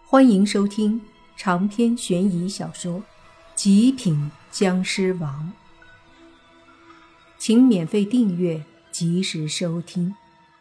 欢迎收听长篇悬疑小说《极品僵尸王》，请免费订阅，及时收听。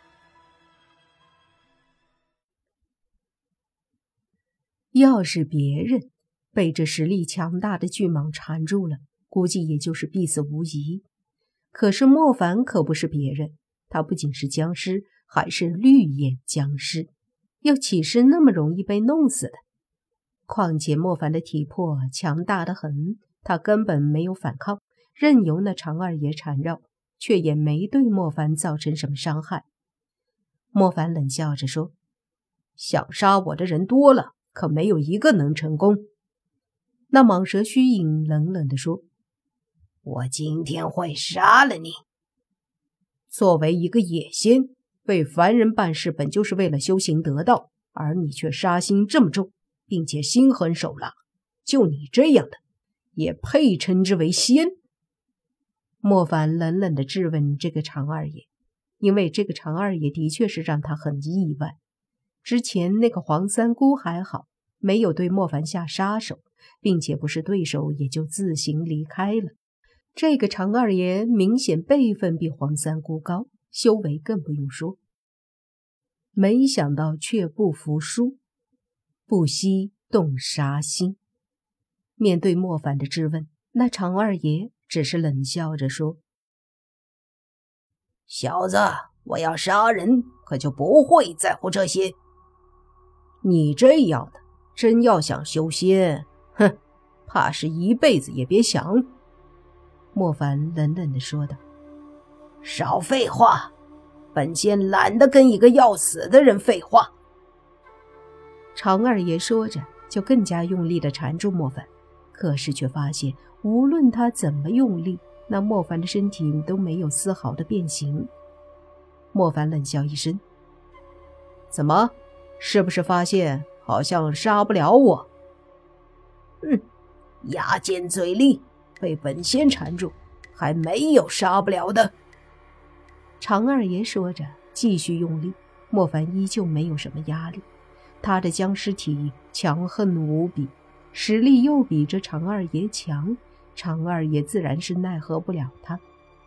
要是别人被这实力强大的巨蟒缠住了，估计也就是必死无疑。可是莫凡可不是别人，他不仅是僵尸，还是绿眼僵尸，又岂是那么容易被弄死的？况且莫凡的体魄强大得很，他根本没有反抗，任由那常二爷缠绕，却也没对莫凡造成什么伤害。莫凡冷笑着说：“想杀我的人多了，可没有一个能成功。”那蟒蛇虚影冷冷地说：“ 我今天会杀了你。 作为一个野仙，为凡人办事本就是为了修行得道，而你却杀心这么重，并且心狠手辣，就你这样的，也配称之为仙？”莫凡冷冷地质问这个常二爷，因为这个常二爷的确是让他很意外。之前那个黄三姑还好，没有对莫凡下杀手，并且不是对手也就自行离开了。这个常二爷明显辈分比黄三姑高，修为更不用说。没想到却不服输，不惜动杀心。面对莫凡的质问，那常二爷只是冷笑着说：“ 小子，我要杀人，可就不会在乎这些。 你这样的，真要想修仙，哼，怕是一辈子也别想。”莫凡冷冷地说道。 “少废话，本仙懒得跟一个要死的人废话。” 常二爷说着，就更加用力地缠住莫凡，可是却发现无论他怎么用力，那莫凡的身体都没有丝毫的变形。莫凡冷笑一声：“怎么，是不是发现好像杀不了我？”“ 牙尖嘴利，被本仙缠住，还没有杀不了的。” 常二爷说着，继续用力。莫凡依旧没有什么压力，他的僵尸体强横无比，实力又比这常二爷强，常二爷自然是奈何不了他。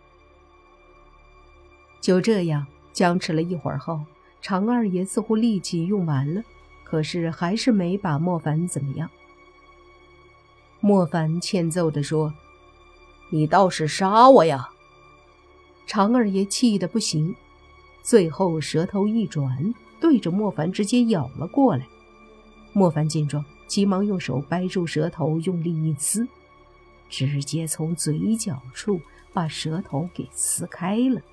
就这样僵持了一会儿后，常二爷似乎力气用完了，可是还是没把莫凡怎么样。莫凡欠揍地说：“你倒是杀我呀！”常二爷气得不行，最后舌头一转，对着莫凡直接咬了过来。莫凡见状，急忙用手掰住舌头，用力一撕，直接从嘴角处把舌头给撕开了。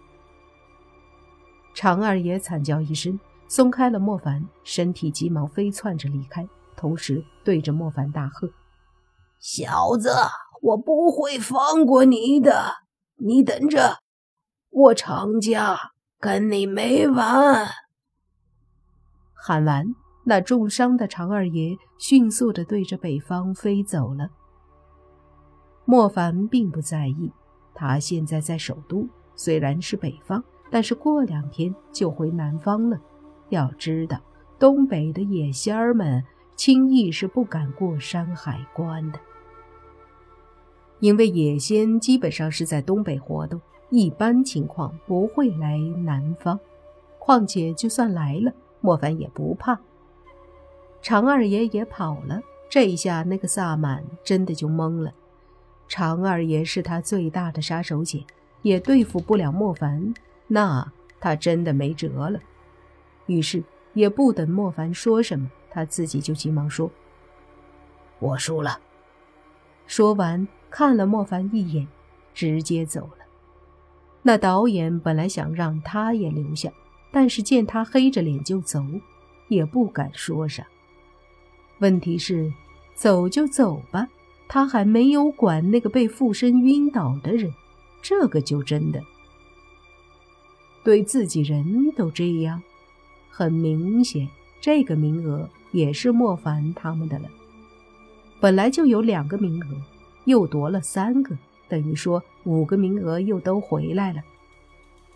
常二爷惨叫一声，松开了莫凡，身体急忙飞窜着离开，同时对着莫凡大喝：“ 小子，我不会放过你的，你等着，我常家跟你没完！” 喊完，那重伤的常二爷迅速地对着北方飞走了。莫凡并不在意，他现在在首都，虽然是北方，但是过2天就回南方了。要知道，东北的野仙儿们轻易是不敢过山海关的，因为野仙基本上是在东北活动，一般情况不会来南方。况且就算来了，莫凡也不怕。常二爷也跑了，这一下那个萨满真的就懵了。常二爷是他最大的杀手锏，也对付不了莫凡，那他真的没辙了。于是也不等莫凡说什么，他自己就急忙说：“ 我输了。” 说完看了莫凡一眼，直接走了。那导演本来想让他也留下，但是见他黑着脸就走，也不敢说啥。问题是，走就走吧，他还没有管那个被附身晕倒的人，这个就真的对自己人都这样。很明显，这个名额也是莫凡他们的了。本来就有2个名额，又夺了3个，等于说5个名额又都回来了。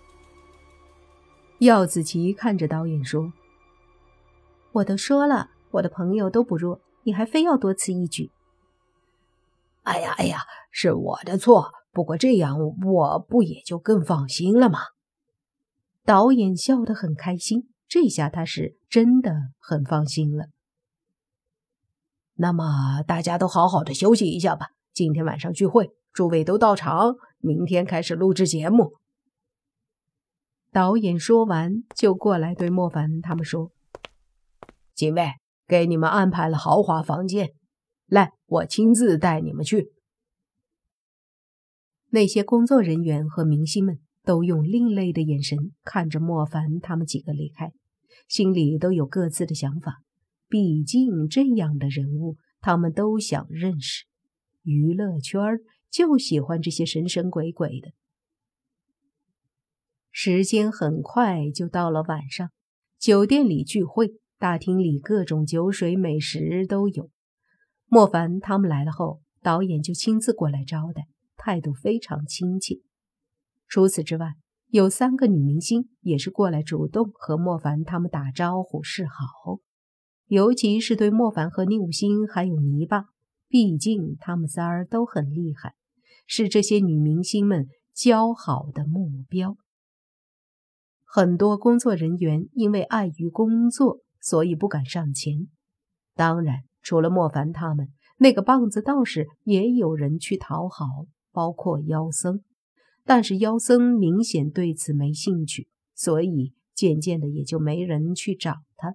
耀子琪看着导演说：“我都说了， 我的朋友都不弱，你还非要多此一举。 哎呀，是我的错，不过这样我不也就更放心了吗？ 导演笑得很开心，这下他是真的很放心了。 那么大家都好好的休息一下吧，今天晚上聚会，诸位都到场，明天开始录制节目。 导演说完就过来对莫凡他们说， 几位，给你们安排了豪华房间，来，我亲自带你们去。 那些工作人员和明星们都用另类的眼神看着莫凡他们几个离开，心里都有各自的想法。毕竟这样的人物他们都想认识，娱乐圈就喜欢这些神神鬼鬼的。时间很快就到了晚上，酒店里聚会，大厅里各种酒水美食都有。莫凡他们来了后，导演就亲自过来招待，态度非常亲切。除此之外，有3个女明星也是过来主动和莫凡他们打招呼示好，尤其是对莫凡和宁武星还有泥巴，毕竟他们仨都很厉害，是这些女明星们交好的目标。很多工作人员因为碍于工作，所以不敢上前。当然，除了莫凡他们，那个棒子道士也有人去讨好，包括妖僧。但是妖僧明显对此没兴趣，所以渐渐的也就没人去找他。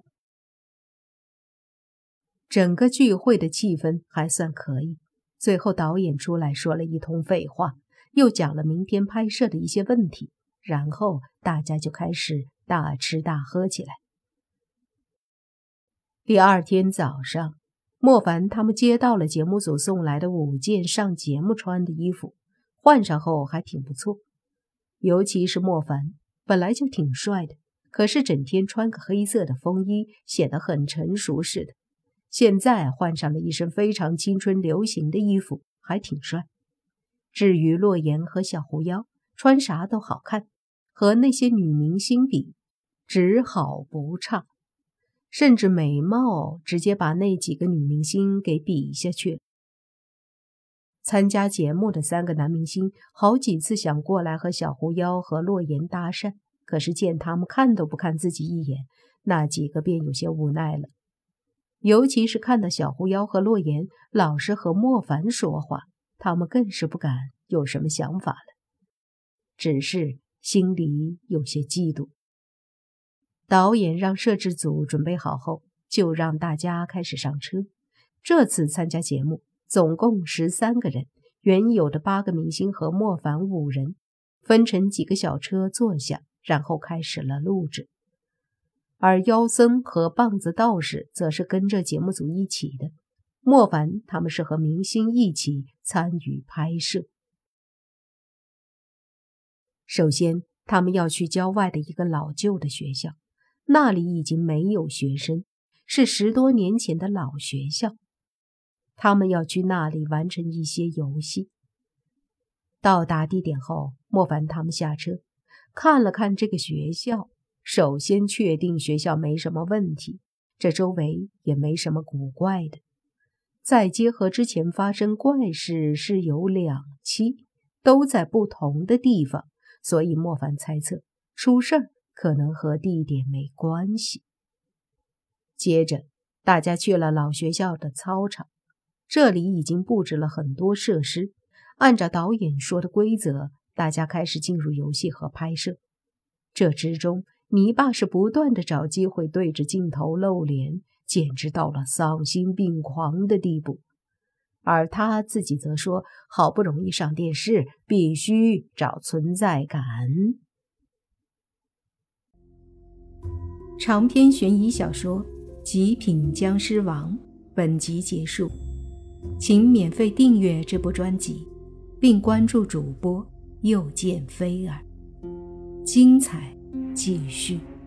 整个聚会的气氛还算可以，最后导演出来说了一通废话，又讲了明天拍摄的一些问题，然后大家就开始大吃大喝起来。第二天早上，莫凡他们接到了节目组送来的5件上节目穿的衣服，换上后还挺不错。尤其是莫凡，本来就挺帅的，可是整天穿个黑色的风衣，显得很成熟似的。现在换上了一身非常青春流行的衣服，还挺帅。至于洛言和小狐妖，穿啥都好看，和那些女明星比，只好不差，甚至美貌直接把那几个女明星给比下去了。参加节目的3个男明星好几次想过来和小狐妖和洛言搭讪，可是见他们看都不看自己一眼，那几个便有些无奈了。尤其是看到小狐妖和洛言老是和莫凡说话，他们更是不敢有什么想法了，只是心里有些嫉妒。导演让摄制组准备好后，就让大家开始上车。这次参加节目总共13个人，原有的8个明星和莫凡5人，分成几个小车坐下，然后开始了录制。而妖僧和棒子道士则是跟着节目组一起的，莫凡他们是和明星一起参与拍摄。首先，他们要去郊外的一个老旧的学校，那里已经没有学生，是10多年前的老学校。他们要去那里完成一些游戏。到达地点后，莫凡他们下车，看了看这个学校，首先确定学校没什么问题，这周围也没什么古怪的。再结合之前发生怪事是有2期，都在不同的地方，所以莫凡猜测出事儿可能和地点没关系。接着，大家去了老学校的操场，这里已经布置了很多设施，按照导演说的规则，大家开始进入游戏和拍摄。这之中，泥巴是不断的找机会对着镜头露脸，简直到了丧心病狂的地步。而他自己则说，好不容易上电视，必须找存在感。长篇悬疑小说《极品僵尸王》本集结束，请免费订阅这部专辑，并关注主播又见菲儿，精彩继续。